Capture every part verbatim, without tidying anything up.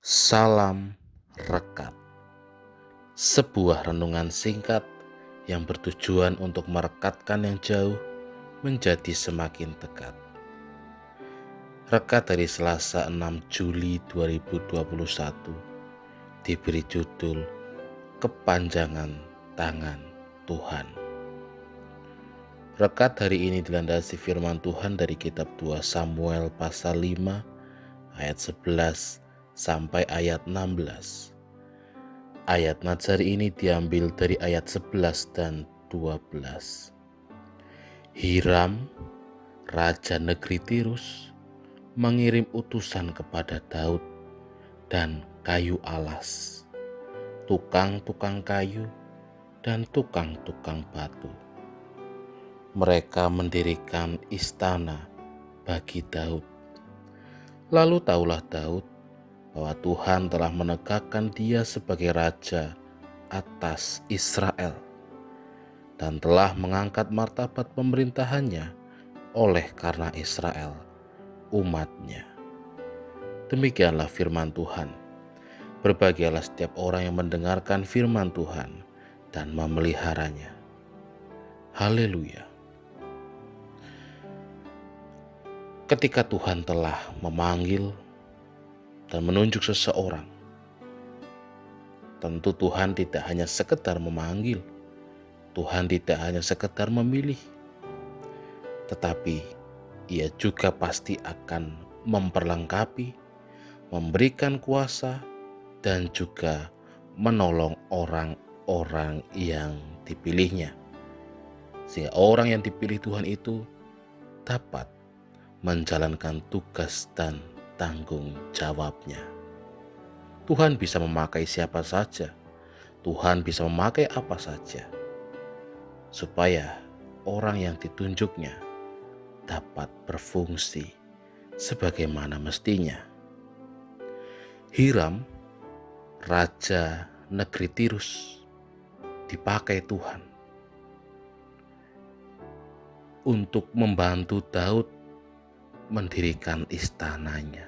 Salam Rekat, sebuah renungan singkat yang bertujuan untuk merekatkan yang jauh menjadi semakin dekat. Rekat dari Selasa enam Juli dua ribu dua puluh satu diberi judul Kepanjangan Tangan Tuhan. Rekat hari ini dilandasi firman Tuhan dari kitab dua Samuel pasal lima ayat sebelas sampai ayat enam belas. Ayat Nazari ini diambil dari ayat sebelas dan dua belas. Hiram, raja negeri Tirus, mengirim utusan kepada Daud dan kayu alas, tukang-tukang kayu dan tukang-tukang batu. Mereka mendirikan istana bagi Daud. Lalu taulah Daud bahwa Tuhan telah menegakkan dia sebagai raja atas Israel dan telah mengangkat martabat pemerintahannya oleh karena Israel, umatnya. Demikianlah firman Tuhan. Berbahagialah setiap orang yang mendengarkan firman Tuhan dan memeliharanya. Haleluya. Ketika Tuhan telah memanggil dan menunjuk seseorang, tentu Tuhan tidak hanya sekedar memanggil, Tuhan tidak hanya sekedar memilih, tetapi Ia juga pasti akan memperlengkapi, memberikan kuasa, dan juga menolong orang-orang yang dipilihnya, sehingga orang yang dipilih Tuhan itu dapat menjalankan tugas dan tanggung jawabnya. Tuhan bisa memakai siapa saja, Tuhan bisa memakai apa saja, supaya orang yang ditunjuknya dapat berfungsi sebagaimana mestinya. Hiram, raja negeri Tirus, dipakai Tuhan untuk membantu Daud mendirikan istananya.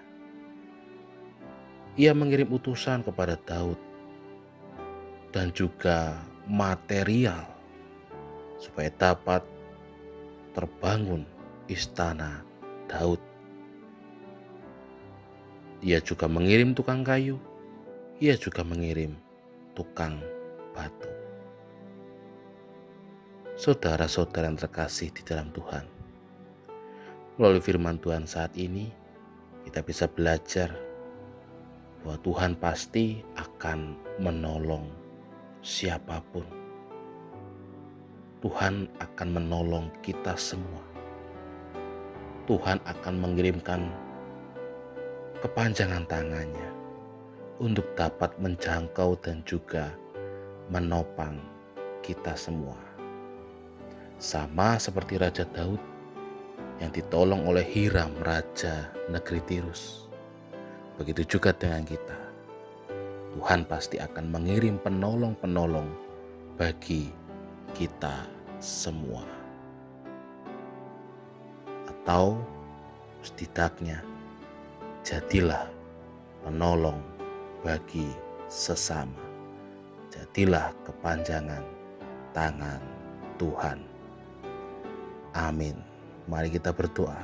Ia mengirim utusan kepada Daud dan juga material supaya dapat terbangun istana Daud. Ia juga mengirim tukang kayu, ia juga mengirim tukang batu. Saudara-saudara yang terkasih di dalam Tuhan, melalui firman Tuhan saat ini, kita bisa belajar bahwa Tuhan pasti akan menolong siapapun. Tuhan akan menolong kita semua. Tuhan akan mengirimkan kepanjangan tangannya untuk dapat menjangkau dan juga menopang kita semua. Sama seperti Raja Daud yang ditolong oleh Hiram, raja negeri Tirus. Begitu juga dengan kita. Tuhan pasti akan mengirim penolong-penolong bagi kita semua. Atau setidaknya jadilah penolong bagi sesama. Jadilah kepanjangan tangan Tuhan. Amin. Mari kita berdoa.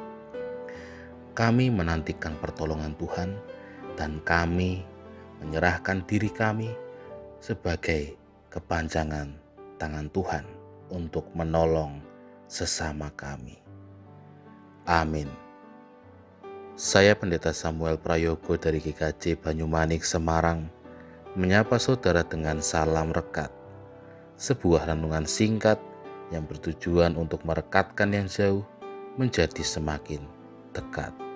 Kami menantikan pertolongan Tuhan dan kami menyerahkan diri kami sebagai kepanjangan tangan Tuhan untuk menolong sesama kami. Amin. Saya Pendeta Samuel Prayogo dari G K J Banyumanik, Semarang, menyapa saudara dengan salam rekat, sebuah renungan singkat yang bertujuan untuk merekatkan yang jauh menjadi semakin dekat.